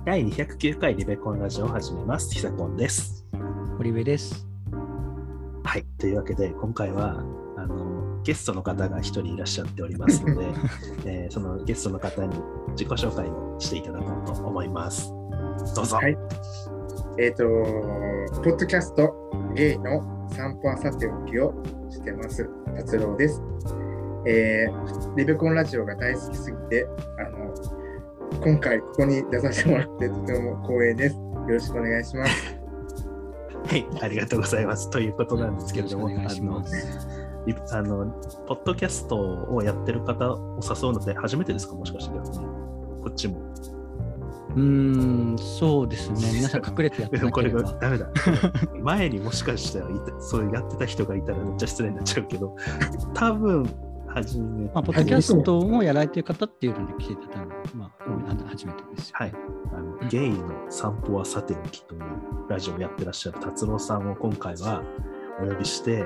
第209回リベコンラジオを始めます。ひさこんです。 堀部です。 はい、というわけで今回はゲストの方が一人いらっしゃっておりますので、そのゲストの方に自己紹介をしていただこうと思います。どうぞ。 はい。ポッドキャストゲイの散歩はさておきをしてます達郎です。リベコンラジオが大好きすぎて今回ここに出させてもらってとても光栄です。よろしくお願いします。 はい、ありがとうございます。ということなんですけれども、ポッドキャストをやってる方を誘うので初めてですか、もしかして逆にこっちも。 そうですね。皆さん隠れてやってなければ。 これがダメだ。前にもしかしたらそうやってた人がいたらめっちゃ失礼になっちゃうけど、多分初めて。 ポッドキャストもやられてる方っていうのに来ていただいたのは、初めてですよ。 はい。ゲイの散歩はさておきというラジオをやってらっしゃる達郎さんを今回はお呼びして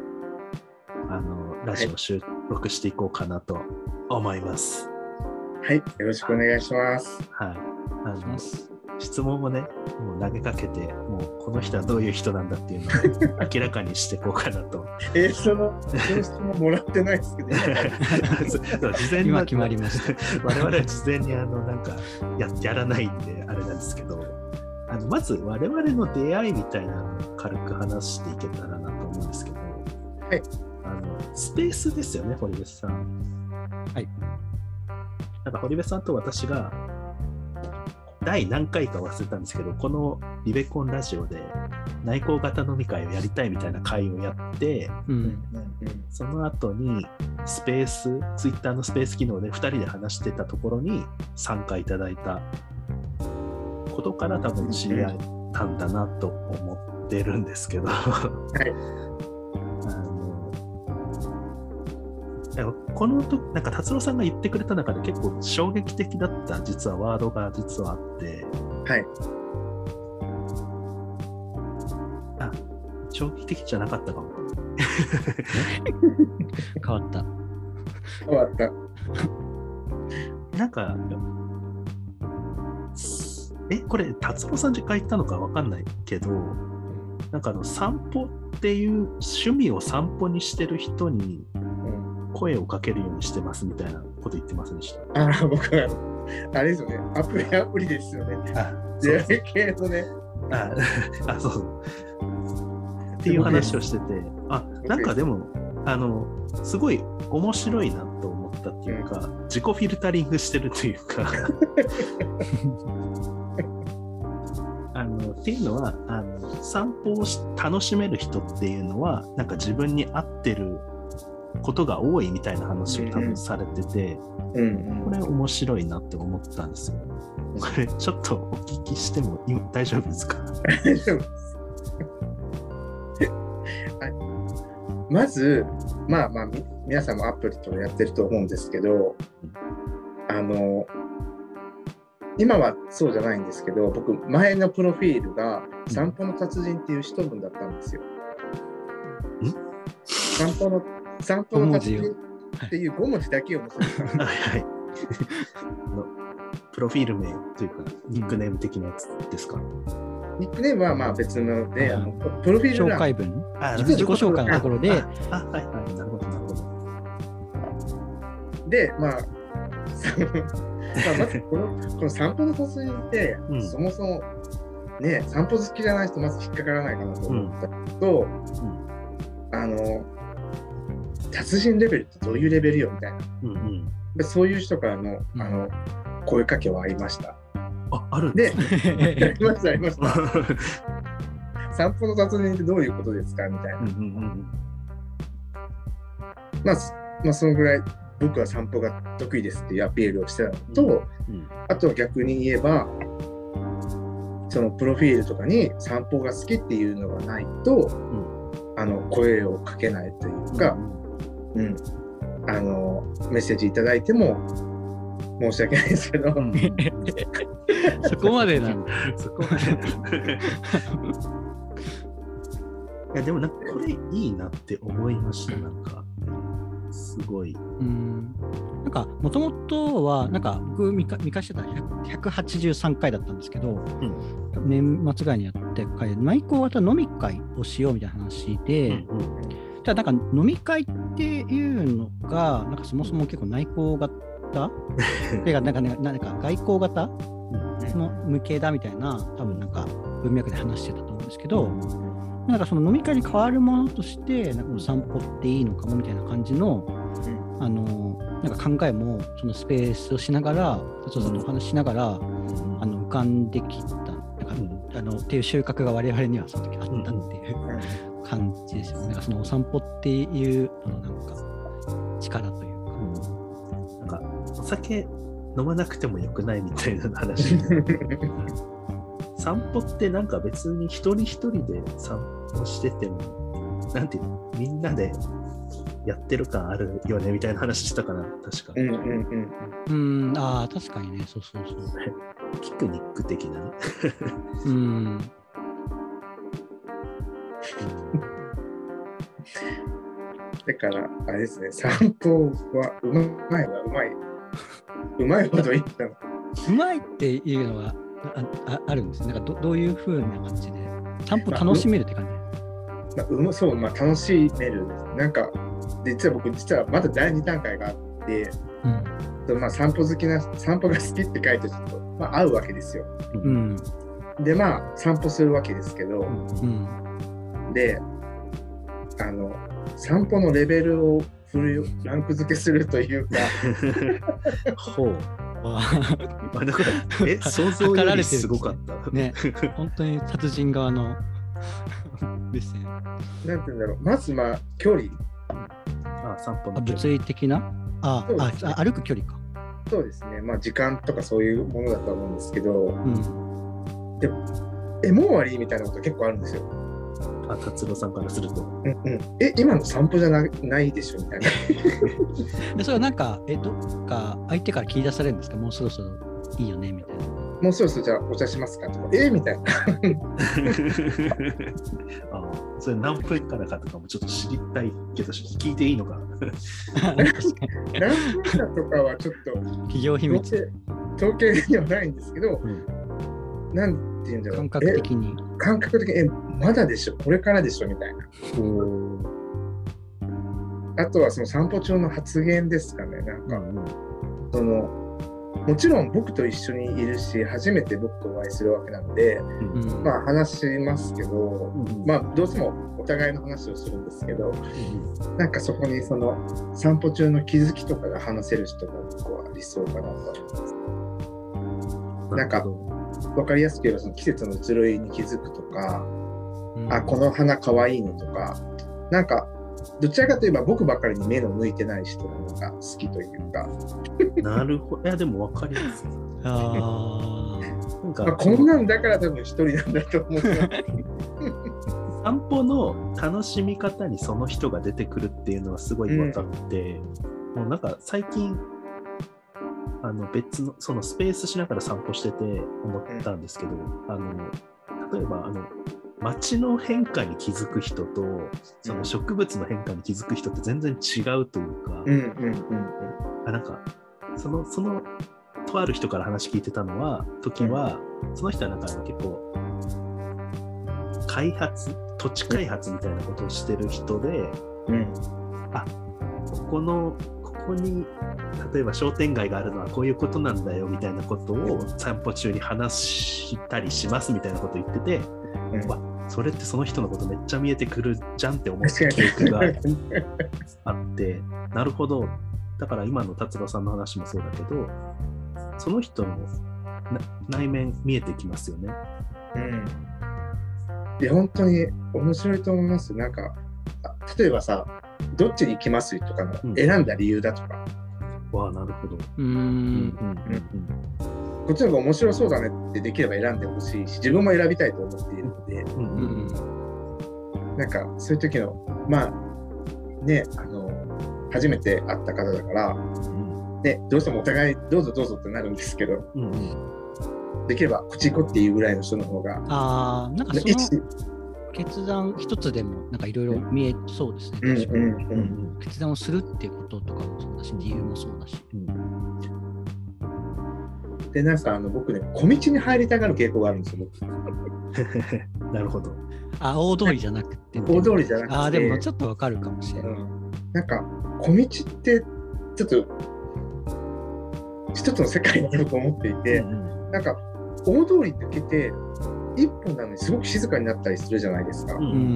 ラジオを収録していこうかなと思います。 はい、よろしくお願いします。 はい。質問をね、もう投げかけて、もうこの人はどういう人なんだっていうのを明らかにしていこうかなと。 その質問もらってないですけど、 事前に今決まりました。 我々は事前になんかやらないんであれなんですけど、まず我々の出会いみたいなのを軽く話していけたらなと思うんですけど、 はい。 スペースですよね、堀部さん。 はい。 なんか堀部さんと私が第何回か忘れたんですけど、このリベコンラジオで内向型飲み会をやりたいみたいな会をやって、その後にスペース、ツイッターのスペース機能で2人で話してたところに参加いただいたことから多分知り合ったんだなと思ってるんですけど、この時なんか達郎さんが言ってくれた中で結構衝撃的だった実はワードが実はあって、 はい。 衝撃的じゃなかったかも。 変わった。 なんかこれ達郎さん実家行ったのか分かんないけど、なんか散歩っていう趣味を散歩にしてる人に声をかけるようにしてますみたいなこと言ってませんでした？ 僕はあれですよね。アプリですよね。出会い系のね。 そうっていう話をしてて、なんかでもすごい面白いなと思ったっていうか、自己フィルタリングしてるというかっていうのは散歩を楽しめる人っていうのはなんか自分に合ってることが多いみたいな話を多分されてて、これ面白いなって思ったんですよ。これちょっとお聞きしても大丈夫ですか？ 大丈夫です。まず皆さんもアプリとかやってると思うんですけど、今はそうじゃないんですけど、僕前のプロフィールが散歩の達人っていう一文だったんですよ。散歩の達人っていう5文字だけを載せてた。 プロフィール名というかニックネーム的なやつですか？ ニックネームは別ので、プロフィール紹介文、自己紹介のところで、 なるほど。 で、まずこの散歩の達人って、そもそもね、散歩好きじゃない人まず引っかからないかなと思ったと、達人レベルってどういうレベルよみたいな、でそういう人からの声かけはありました。 あるんですね。 ありました。散歩の達人ってどういうことですかみたいな。そのぐらい僕は散歩が得意ですっていうアピールをしてたのと、あとは逆に言えば、そのプロフィールとかに散歩が好きっていうのがないと、声をかけないというか、メッセージいただいても申し訳ないですけど、 そこまでなの。 いやでもなんかこれいいなって思いました。なんかすごい。 なんかもともとはなんか僕見返してたら183回だったんですけど、年末ぐらいにやって内向型飲み会をしようみたいな話で、ただなんか飲み会っていうのがなんかそもそも結構内向型てかなんか外向型の向けだみたいな多分なんか文脈で話してたと思うんですけど、なんかその飲み会に変わるものとしてなんかお散歩っていいのかもみたいな感じの、なんか考えもそのスペースをしながら達夫さんとお話ししながら、浮かんできたなんかっていう収穫が我々にはその時あったっていう感じですよね。なんかそのお散歩っていうなんか力というか、 なんかお酒飲まなくてもよくないみたいな話散歩ってなんか別に一人一人で散歩しててもなんていうのみんなでやってる感あるよねみたいな話したかな、確か。 ああ確かにね、そうピクニック的なね。 だからあれですね、散歩はうまいほどいいんだ。 うまいっていうのはあるんですね。なんかどういう風な感じで散歩楽しめるって感じ。 そう、楽しめるんです。なんか実はまだ第2段階があって、散歩が好きって書いてちょっと、合うわけですよ。で散歩するわけですけど、で散歩のレベルをランク付けするというかほうだから想像よりすごかったね。本当に達人側のですね。 なんていうんだろう、まず距離、 散歩の物理的な歩く距離か。 そうですね、時間とかそういうものだと思うんですけど、でもう終わりみたいなこと結構あるんですよ。 達郎さんからすると、 今の散歩じゃないでしょみたいな。 それはなんかどっか相手から切り出されるんですか、もうそろそろいいよねみたいな。 もうそろそろじゃあお茶しますかとかみたいな。 それ何分からかとかもちょっと知りたいけど聞いていいのか。 何分かとかはちょっと企業秘密統計ではないんですけど、なんていうんだろう、 感覚的にまだでしょ、これからでしょみたいな。あとはその散歩中の発言ですかね。なんか、もちろん僕と一緒にいるし初めて僕とお会いするわけなので、話しますけど、どうしてもお互いの話をするんですけど、なんかそこにその散歩中の気づきとかが話せる人が僕は理想かなと思います。なんか分かりやすく言えばその季節の移ろいに気づくとか、この花かわいいねとか、なんかどちらかといえば僕ばっかりに目の向いてない人の方が好きというか。 なるほど。いやでも分かります。 なんかこんなんだから多分一人なんだと思う。 散歩の楽しみ方にその人が出てくるっていうのはすごい分かって、もうなんか最近別のそのスペースしながら散歩してて思ったんですけど、例えば街の変化に気づく人とその植物の変化に気づく人って全然違うというか、なんかそのとある人から話聞いてたのはその人はなんか結構土地開発みたいなことをしてる人で、ここに例えば商店街があるのはこういうことなんだよみたいなことを散歩中に話したりしますみたいなことを言ってて、それってその人のことめっちゃ見えてくるじゃんって思った記憶があってなるほど。だから今の達郎さんの話もそうだけど、その人の内面見えてきますよね。 いや本当に面白いと思います。なんか例えばさ、どっちに行きますとかの選んだ理由だとか、 なるほど。 こっちの方が面白そうだねってできれば選んでほしいし、自分も選びたいと思っているので、なんかそういう時の初めて会った方だから、どうしてもお互いどうぞどうぞってなるんですけど、できればこっち行こうっていうぐらいの人の方が、 なんかその決断一つでもなんかいろいろ見えそうですね。決断をするっていうこととかもそうだし、理由もそうだし。 で、なんか僕ね、小道に入りたがる傾向があるんですよ、僕。 なるほど。 大通りじゃなくて。 大通りじゃなくて。 でもちょっとわかるかもしれない。 なんか、小道ってちょっと一つの世界になると思っていて、なんか大通り抜けて一本なのにすごく静かになったりするじゃないですか。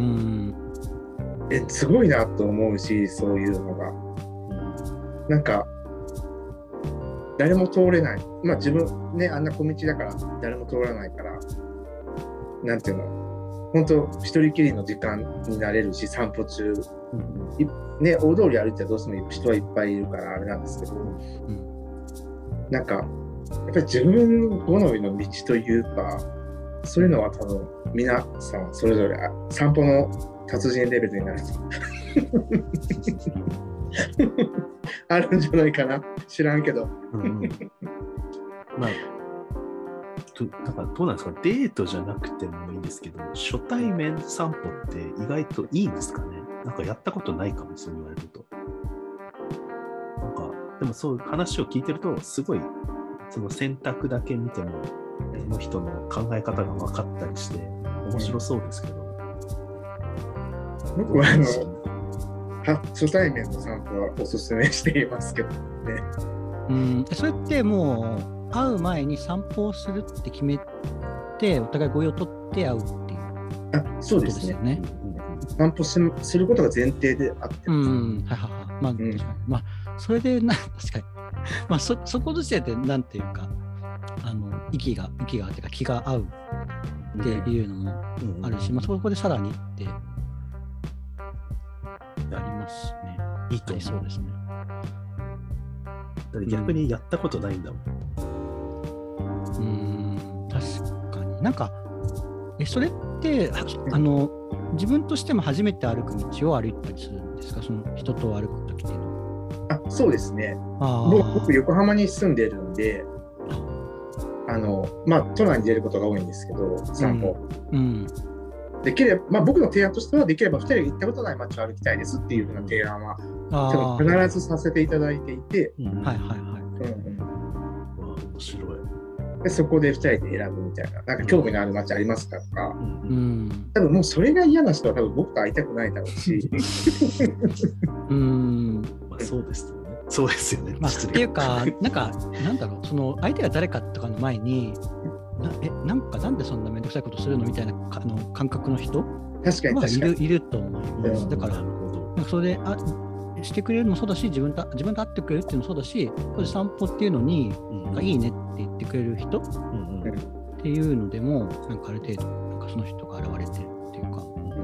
すごいなと思うし、そういうのが、なんか誰も通れない、まあ自分ね、あんな小道だから誰も通らないから、なんていうの、本当一人きりの時間になれるし、散歩中、ね、大通り歩いてどうしても人はいっぱいいるからあれなんですけど、なんかやっぱり自分好みの道というか、そういうのは多分皆さんそれぞれ散歩の達人レベルになるとあるんじゃないかな、知らんけど。 まあなんかどうなんですか、デートじゃなくてもいいんですけど、初対面散歩って意外といいんですかね。なんかやったことないかも、そう言われると。なんかでもそう話を聞いてると、すごいその選択だけ見てもその人の考え方が分かったりして面白そうですけど、 僕は初対面の散歩はおすすめしていますけどね。 それってもう会う前に散歩をするって決めて、お互い合意を取って会うっていう。 そうですね。散歩することが前提であってまあ、それで確かに、まあ、そこの時点でなんていうか、息がっていうか気が合うっていうのもあるし、まあ、そこでさらにってありますね。 いいと思う。 そうですね。 だって逆にやったことないんだもん。 確かに。なんかそれって自分としても初めて歩く道を歩いたりするんですか、その人と歩く時っていうのは。 そうですね。僕横浜に住んでるんで、まあ都内に出ることが多いんですけど、散歩。できれば、まあ、僕の提案としては、できれば2人が行ったことない街を歩きたいですっていうふうな提案は必ずさせていただいていて、 面白い。 でそこで2人で選ぶみたいな、なんか興味のある街ありますかとか、多分もうそれが嫌な人は多分僕と会いたくないだろうし。 まあ、そうですよね。そうですよね。 っていうか、なんだろう、その相手が誰かとかの前に、なんでそんなめんどくさいことするのみたいな感覚の人はいると思います。だから、それでしてくれるのもそうだし、自分と会ってくれるっていうのもそうだし、これ散歩っていうのに、いいねって言ってくれる人っていうのでも、なんかある程度、なんかその人が現れてるっていうか。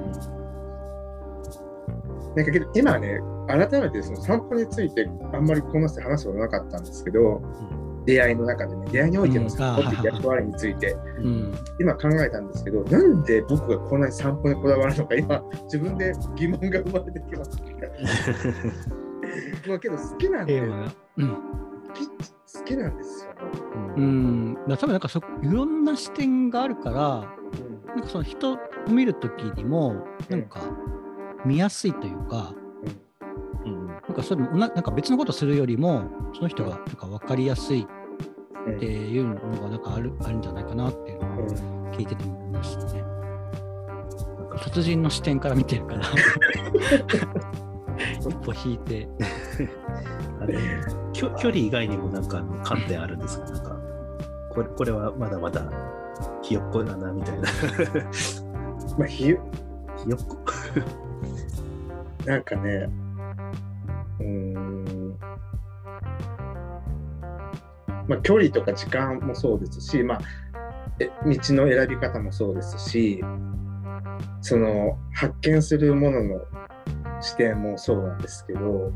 なんかけど今ね、改めてその散歩についてあんまりこの人話すことなかったんですけど、出会いの中でね、出会いにおいての散歩っていう役割について、今考えたんですけど、なんで僕がこんなに散歩にこだわるのか、今自分で疑問が生まれてきます。まあけど好きなんで、好きなんですよ。 多分なんかいろんな視点があるから、なんかその人を見るときにもなんか見やすいというか、なんかそれもなんか別のことするよりもその人がなんか分かりやすいっていうのがなんかあるんじゃないかなっていうのを聞いてて思いましたね。なんか殺人の視点から見てるから一歩引いて距離以外にもなんか観点あるんですか。なんかこれはまだまだひよっこだなみたいなまあひよっこなんかね、まあ、距離とか時間もそうですし、まあ、道の選び方もそうですし、その発見するものの視点もそうなんですけど、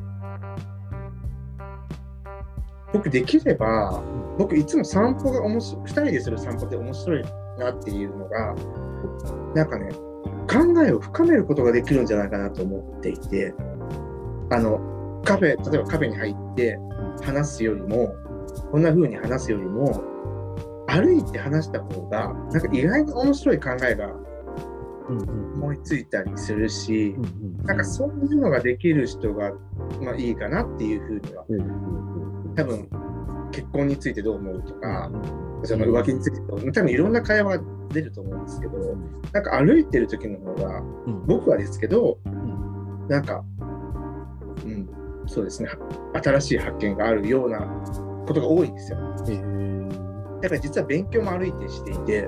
僕できれば、僕いつも散歩が2人でする散歩って面白いなっていうのが、なんかね、考えを深めることができるんじゃないかなと思っていて、例えばカフェに入って話すよりも、こんな風に話すよりも、歩いて話した方が、なんか意外に面白い考えが思いついたりするし、なんかそういうのができる人が、まあ、いいかなっていうふうには、多分結婚についてどう思うとか、その浮気についてどう思う、多分いろんな会話が出ると思うんですけど、なんか歩いてる時の方が、僕はですけど、なんか、そうですね、新しい発見があるようなことが多いんですよ。だから実は勉強も歩いてしていて、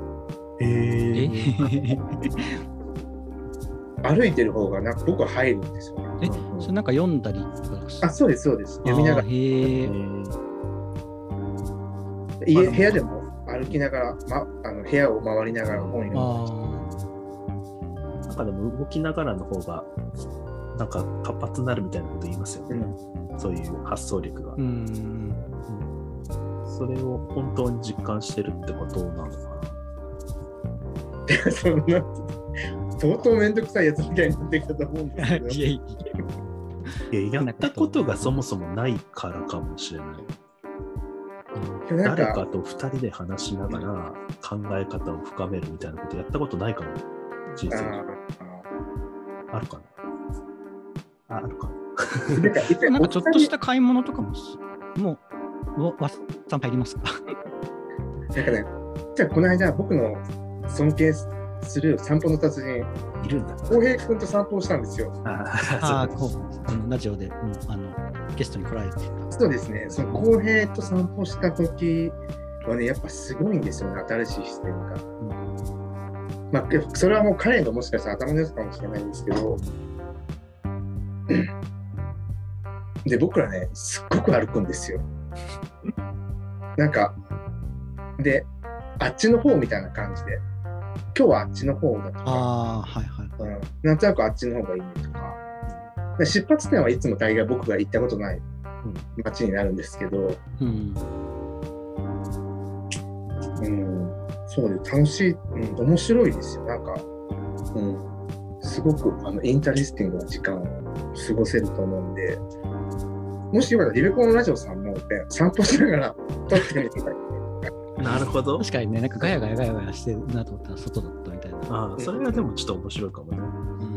歩いてる方がなんか僕は入るんですよね。 それなんか読んだりとかですか？ そうですそうです。読みながら。部屋でも歩きながら、部屋を回りながら本読んだり。 なんかでも動きながらの方がなんか活発になるみたいなこと言いますよね。そういう発想力が。それを本当に実感してるってことなのかな。 そんな相当めんどくさいやつみたいになってきたと思うんですけど。 やったことがそもそもないからかもしれない。誰かと2人で話しながら考え方を深めるみたいなことやったことないかも。人生にあるかな。あるかな。 なんかちょっとした買い物とかももうわっさん入りますか？ なんかね、じゃあこの間僕の尊敬する散歩の達人いるんだ。 浩平君と散歩をしたんですよ。 ラジオでゲストに来られてた。 そうですね。その浩平と散歩した時はね、やっぱすごいんですよね。新しい視点が。まあそれはもう彼のもしかしたら頭の良さかもしれないんですけど。で僕らね、すっごく歩くんですよ。なんかであっちの方みたいな感じで。今日はあっちの方だとか、なんとなくあっちの方がいいねとか、出発点はいつも大概僕が行ったことない街になるんですけど、そうで楽しい、面白いですよ。なんか、すごくインタレスティングな時間を過ごせると思うんで、もしよかったらリベコンのラジオさんも、散歩しながら撮ってみてください。 なるほど。 確かにね、なんかガヤガヤしてるなと思ったら外だったみたいな。 それはでもちょっと面白いかもね。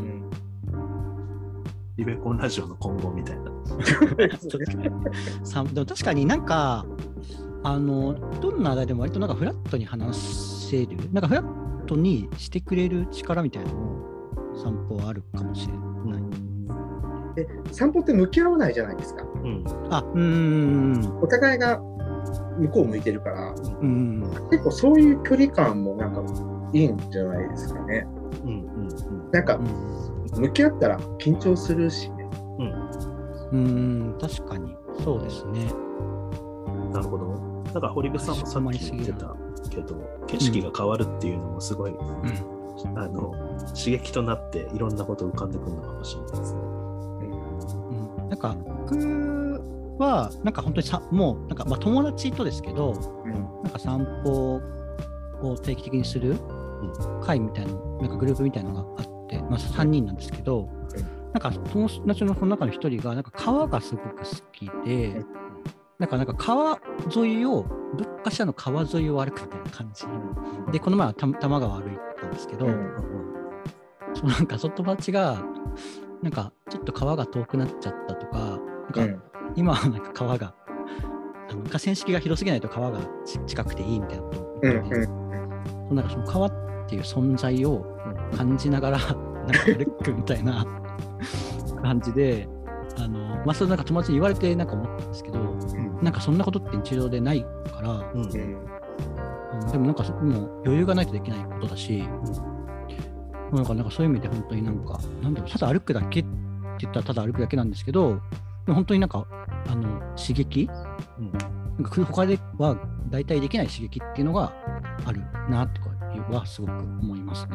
リベコンラジオの今後みたいな。でも確かになんかどんな話題でも割となんかフラットに話せる、なんかフラットにしてくれる力みたいなのも散歩はあるかもしれない。 で散歩って向き合わないじゃないですか。お互いが向こう向いてるから、結構そういう距離感もなんかいいんじゃないですかね。なんか、向き合ったら緊張するしね。 確かにそうですね。 なるほど。だから堀部さんもさっき言ってたけど、景色が変わるっていうのもすごい、刺激となっていろんなこと浮かんでくるのかもしれないですね。 なんか僕はなんか本当にもうなんか友達とですけど、なんか散歩を定期的にする会みたいな、なんかグループみたいなのがあって、3人なんですけど、なんか友達のその中の1人がなんか川がすごく好きで、なんか川沿いをどっかしらの川沿いを歩くみたいな感じで、この前は多摩川歩いたんですけど、なんかその友達がなんかちょっと川が遠くなっちゃったとか、なんか今はなんか川が河川敷が広すぎないと川が近くていいみたいなことを言ってて、なんかその川っていう存在を感じながらなんか歩くみたいな感じで、それなんか友達に言われてなんか思ったんですけど、なんかそんなことって日常でないから、でもなんかもう余裕がないとできないことだし、なんかそういう意味で本当になんだろう、ただ歩くだけって言ったらただ歩くだけなんですけど、本当になんか刺激、なんか他では大体できない刺激っていうのがあるなってはすごく思いますね。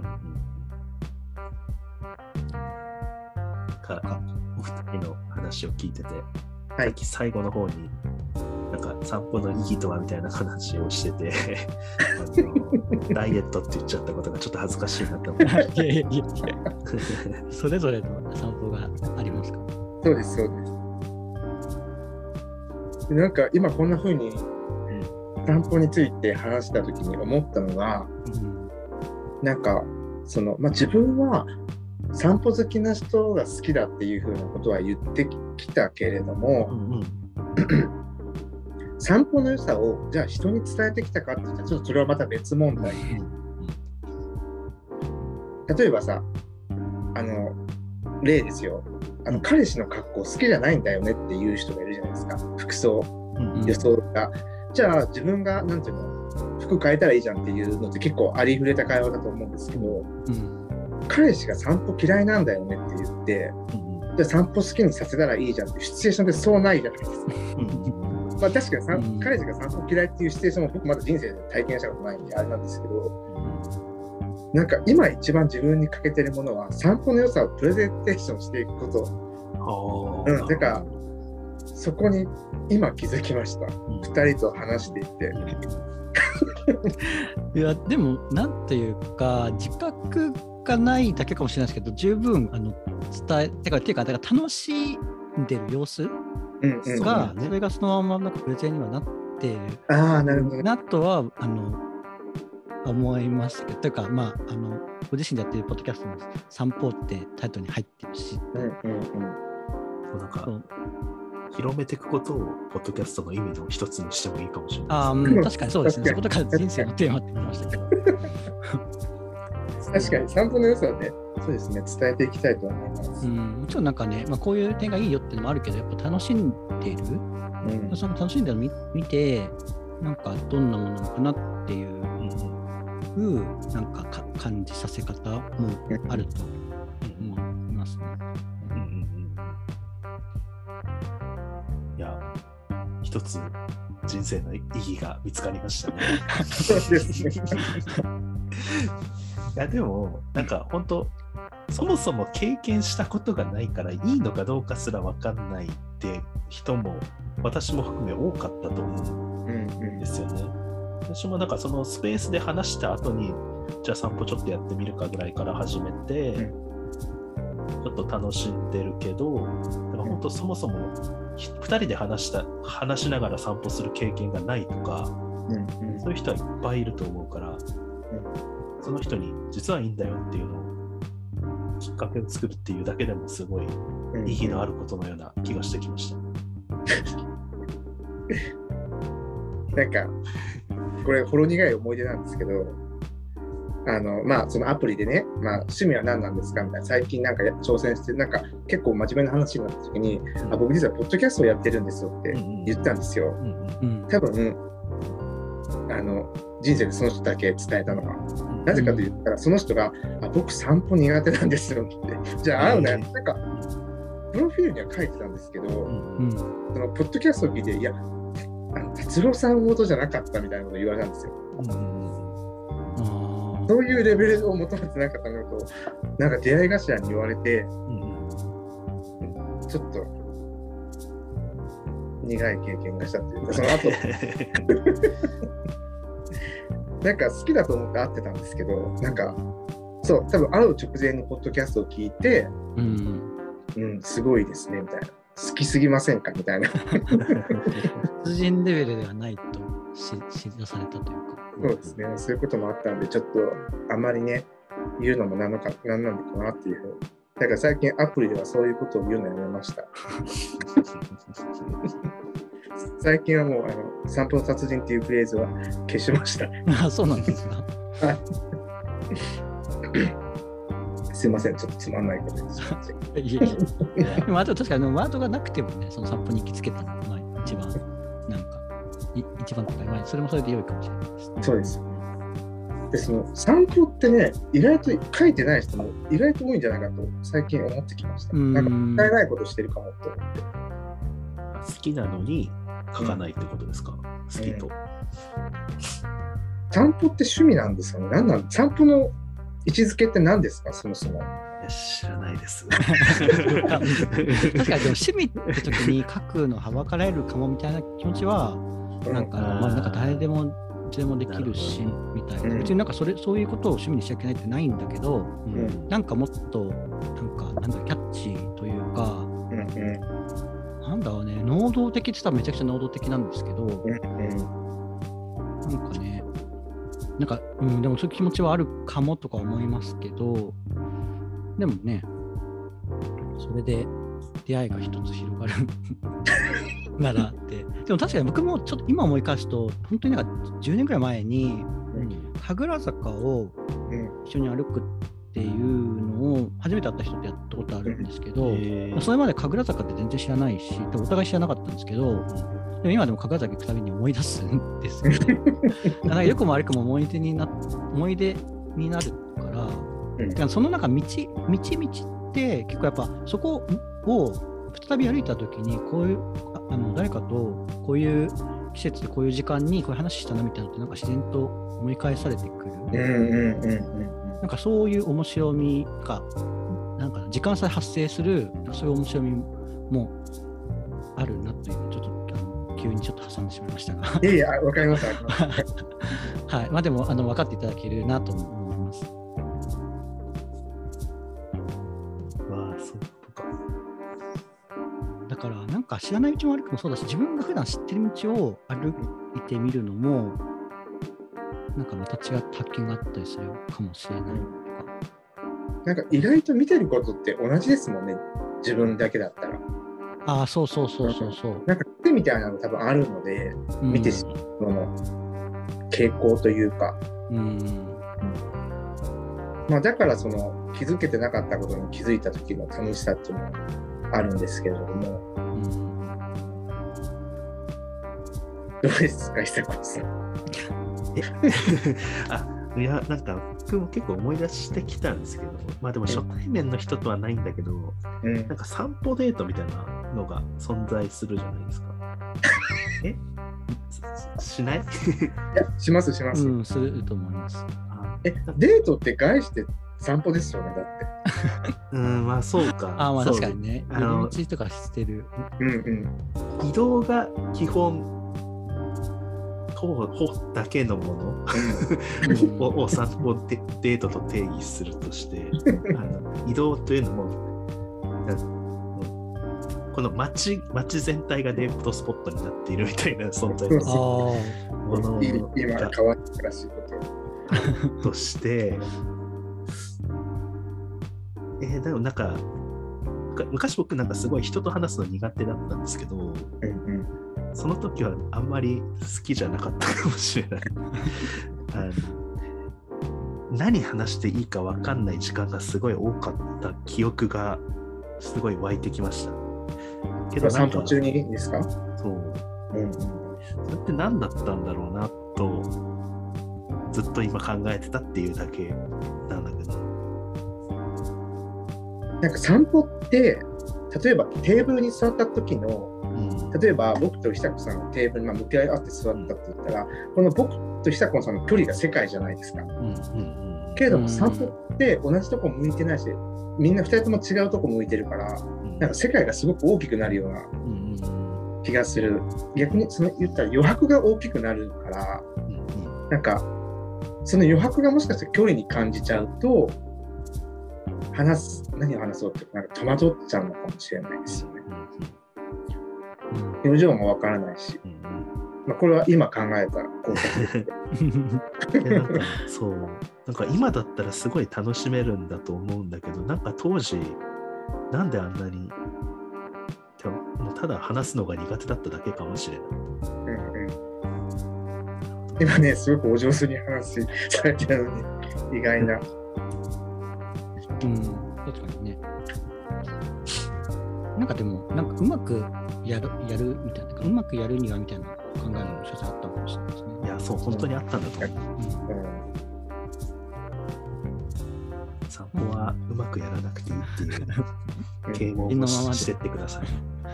お二人の話を聞いてて、最後の方になんか散歩の意義とはみたいな話をしててダイエットって言っちゃったことがちょっと恥ずかしいなと思ってそれぞれの散歩がありますか？ そうですそうです。なんか今こんな風に散歩について話した時に思ったのが、なんか自分は散歩好きな人が好きだっていうふうなことは言ってきたけれども、散歩の良さをじゃあ人に伝えてきたかって言ったらちょっとそれはまた別問題で、例えばさ、例ですよ、彼氏の格好好きじゃないんだよねっていう人がいるじゃないですか、服装、装が。じゃあ自分がなんていうの、服変えたらいいじゃんっていうのって結構ありふれた会話だと思うんですけど、彼氏が散歩嫌いなんだよねって言って、じゃあ散歩好きにさせたらいいじゃんっていうシチュエーションってそうないじゃないですか。まあ確かに彼氏が散歩嫌いっていうシチュエーションも僕まだ人生で体験したことないんであれなんですけど、なんか今一番自分に欠けてるものは散歩の良さをプレゼンテーションしていくこと。だからそこに今気づきました。2人と話していて。 いやでもなんていうか自覚がないだけかもしれないですけど、十分伝えてかっていうか楽しんでる様子が、それがそのままなんかプレゼンにはなっているなとは思いますけど、というかご自身でやってるポッドキャストの散歩ってタイトルに入ってるし、 なんか広めていくことをポッドキャストの意味の一つにしてもいいかもしれないです。 確かにそうですね。そことから人生のテーマって言いましたけど。 確かに散歩の良さはね、そうですね、伝えていきたいと思います。 もちろんなんかね、こういう点がいいよっていうのもあるけど、やっぱ楽しんでいる、その楽しんでるのを見て、なんかどんなものなのかなっていう、なんか感じさせ方もあると思いますね。 いや、一つ人生の意義が見つかりましたね。 そうですね。 いやでもなんか本当そもそも経験したことがないからいいのかどうかすら分かんないって人も私も含め多かったと思うんですよね。私もなんかそのスペースで話した後にじゃあ散歩ちょっとやってみるかぐらいから始めて、ちょっと楽しんでるけど、だから本当そもそも2人で話しながら散歩する経験がないとか、そういう人はいっぱいいると思うから、その人に実はいいんだよっていうのをきっかけを作るっていうだけでもすごい意義のあることのような気がしてきました。 なんかこれほろ苦い思い出なんですけど、そのアプリでね、趣味は何なんですかみたいな、最近なんか挑戦して、なんか結構真面目な話になった時に、僕実はポッドキャストをやってるんですよって言ったんですよ。多分人生でその人だけ伝えたのは、なぜかと言ったらその人が僕散歩苦手なんですよってじゃあ会うね、なんかプロフィールには書いてたんですけど、そのポッドキャストを聞いて、いや達郎さんほどじゃなかったみたいなことを言われたんですよ。そういうレベルを求めてなかったのと、なんか出会い頭に言われて、ちょっと苦い経験がしたっていうか、その後なんか好きだと思って会ってたんですけど、なんかそう多分会う直前にポッドキャストを聞いて、すごいですねみたいな、好きすぎませんかみたいな別人レベルではないと知らされたというか。 そうですね、そういうこともあったんで、ちょっとあまりね言うのも何なのかなっていうふうに。だから最近アプリではそういうことを言うのやめました最近はもう散歩の達人っていうフレーズは消しましたそうなんですか。 すいません、ちょっとつまんないことですでもあと確かにワードがなくてもね、その散歩に行きつけたのが一番高い、それもそれで良いかもしれないです、ね。 そうです。で、その散歩ってね、意外と書いてない人も意外と多いんじゃないかと最近思ってきました。なんかもったいないことしてるかもと思って。 好きなのに書かないってことですか？好きと。 散歩って趣味なんですよね。散歩の位置づけって何ですか、そもそも。 知らないです。 確かにでも趣味って時に書くのはばかられるかもみたいな気持ちはなんか誰でもいつでもできるしみたいな、別になんかそういうことを趣味にしちゃいけないってないんだけど、なんかもっとなんだキャッチーというか、なんだろうね、能動的って言ったらめちゃくちゃ能動的なんですけど、なんかね、 なんか、でもそういう気持ちはあるかもとか思いますけど、でもね、それで出会いが一つ広がるならって。でも確かに僕もちょっと今思い返すと、本当になんか10年くらい前に、神楽坂を一緒に歩くっていうのを初めて会った人とやったことあるんですけど、それまで神楽坂って全然知らないし、お互い知らなかったんですけど、でも今でも神楽坂行くたびに思い出すんですよね。だから良くも悪くも思い出になるから、そのなんか道って結構やっぱそこを再び歩いた時にこういう誰かとこういう季節でこういう時間にこういう話したなみたいなのってなんか自然と思い返されてくる。なんかそういう面白みがなんか時間差で発生するそういう面白みもあるなというのをちょっと急にちょっと挟んでしまいましたが。 いやわかります。 はい、まあでも分かっていただけるなと思います。だからなんか知らない道も歩くもそうだし、自分が普段知ってる道を歩いてみるのもなんかまた違った発見があったりするかもしれないとか。 なんか意外と見てることって同じですもんね、自分だけだったら。 ああ、そう。 なんか癖みたいなのが多分あるので、見てしまうその傾向というか。まあだからその気づけてなかったことに気づいた時の楽しさっていうのはあるんですけれども。どうですか、久子さん。 いや、なんか僕も結構思い出してきたんですけど、まあでも初対面の人とはないんだけど、なんか散歩デートみたいなのが存在するじゃないですか。しない？いや、します。 すると思います。 デートって概して散歩ですよね、だって。 まあそうか。 まあ確かにね。道とかしてる。 移動が基本だけのものを散歩デートと定義するとして移動というのもこの街全体がデートスポットになっているみたいな存在のもの今変わったらしいこととしてでもなんか昔僕なんかすごい人と話すの苦手だったんですけど、その時はあんまり好きじゃなかったかもしれない何話していいか分かんない時間がすごい多かった記憶がすごい湧いてきましたけど散歩中にですか？ そう、それって何だったんだろうなとずっと今考えてたっていうだけなんだけど、 なんか散歩って例えばテーブルに座った時の例えば僕と久子さんのテーブルに向き合い合って座ったって言ったら、この僕と久子さんの距離が世界じゃないですか。けれども散歩って同じとこ向いてないし、みんな2人とも違うとこ向いてるから、なんか世界がすごく大きくなるような気がする。逆にその言ったら余白が大きくなるから、なんかその余白がもしかしたら距離に感じちゃうと何を話そうってなんか戸惑っちゃうのかもしれないですよね。表情もわからないし、まあ、これは今考えた考察なんかそうなんか今だったらすごい楽しめるんだと思うんだけど、なんか当時なんであんなにただ話すのが苦手だっただけかもしれない。 今ねすごくお上手に話されてるのに意外な。 確かにね。なんかでもなんかうまくやるみたいな、うまくやるにはみたいな考えももしかしたらあったかもしれないですね。 いや、そう本当にあったんだと思う。散歩はうまくやらなくていいっていう啓蒙をしてってください。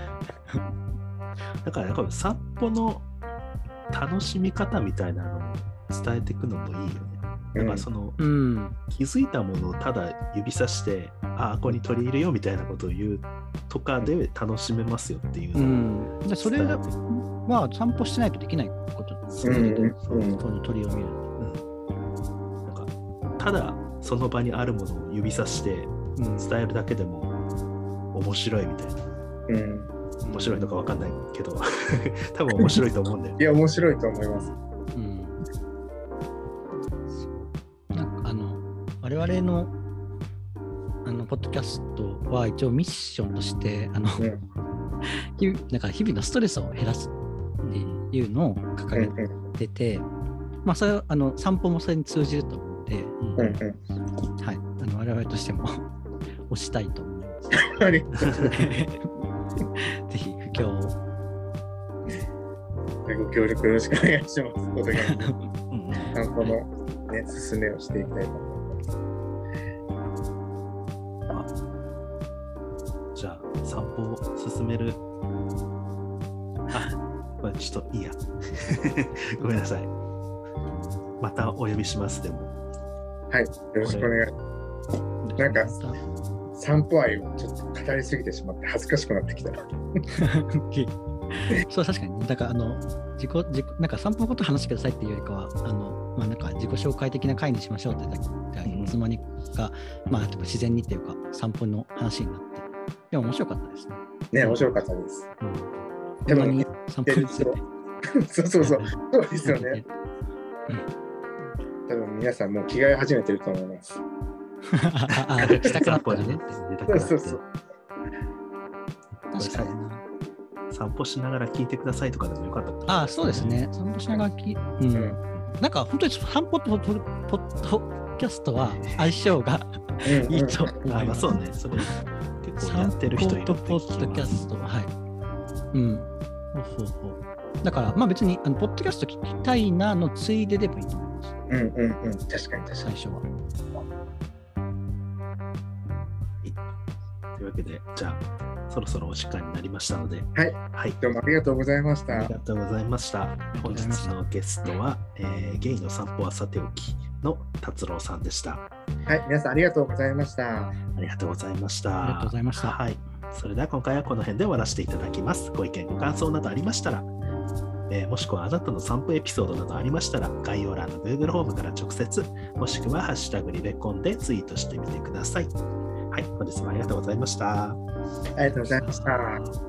だからなんか散歩の楽しみ方みたいなのを伝えていくのもいいよね。だからその、気づいたものをただ指さしてここに鳥いるよみたいなことを言うとかで楽しめますよっていうのでそれは散歩してないとできないことですね。この鳥を見る、 なんかただその場にあるものを指さして伝えるだけでも面白いみたいな、面白いのか分かんないけど多分面白いと思うんだよね。 いや面白いと思います。 々のポッドキャストは一応ミッションとしてなんか日々のストレスを減らすっていうのを掲げてて、まあそれは散歩もそれに通じると思うので、はい、我々としても推したいと思います。 ありがとうございます。 ぜひ布教をご協力よろしくお願いします。お互い散歩のね進めをしていきたいと思います。 じゃあ散歩を進める。これちょっといいや。ごめんなさい。またお呼びしますでも。 はい、よろしくお願い。なんか散歩愛をちょっと語りすぎてしまって恥ずかしくなってきた。 そう確かに、ね、だからなんか散歩のこと話してくださいっていうよりかはまあ、なんか自己紹介的な回にしましょうっていつの間にか、まあ自然にっていうか散歩の話になって、でも面白かったですね。 ね、面白かったです。 でもね、散歩についてそうですよね。多分皆さんもう着替え始めてると思います。 したくなったね。 そう。 確かにな。 散歩しながら聞いてくださいとかでもよかった。 そうですね。散歩しながらなんか本当に散歩とポッドキャストは相性がいいと思います。 まあそうね。それ結構やってる人いるって聞きます。散歩とポッドキャスト、 はい。だからまあ別にポッドキャスト聞きたいなのついででもいいと思います。 確かに最初は。 というわけで、じゃあそろそろお時間になりましたので、 はい、どうもありがとうございました。 ありがとうございました。本日のゲストは、ゲイの散歩はさておきの達郎さんでした。 はい、皆さんありがとうございました。 ありがとうございました。 ありがとうございました。 はい、それでは今回はこの辺で終わらせていただきます。ご意見ご感想などありましたら、もしくはあなたの散歩エピソードなどありましたら、概要欄の Google フォームから直接、もしくはハッシュタグリベコンでツイートしてみてください。はい、本日もありがとうございました。 ありがとうございました。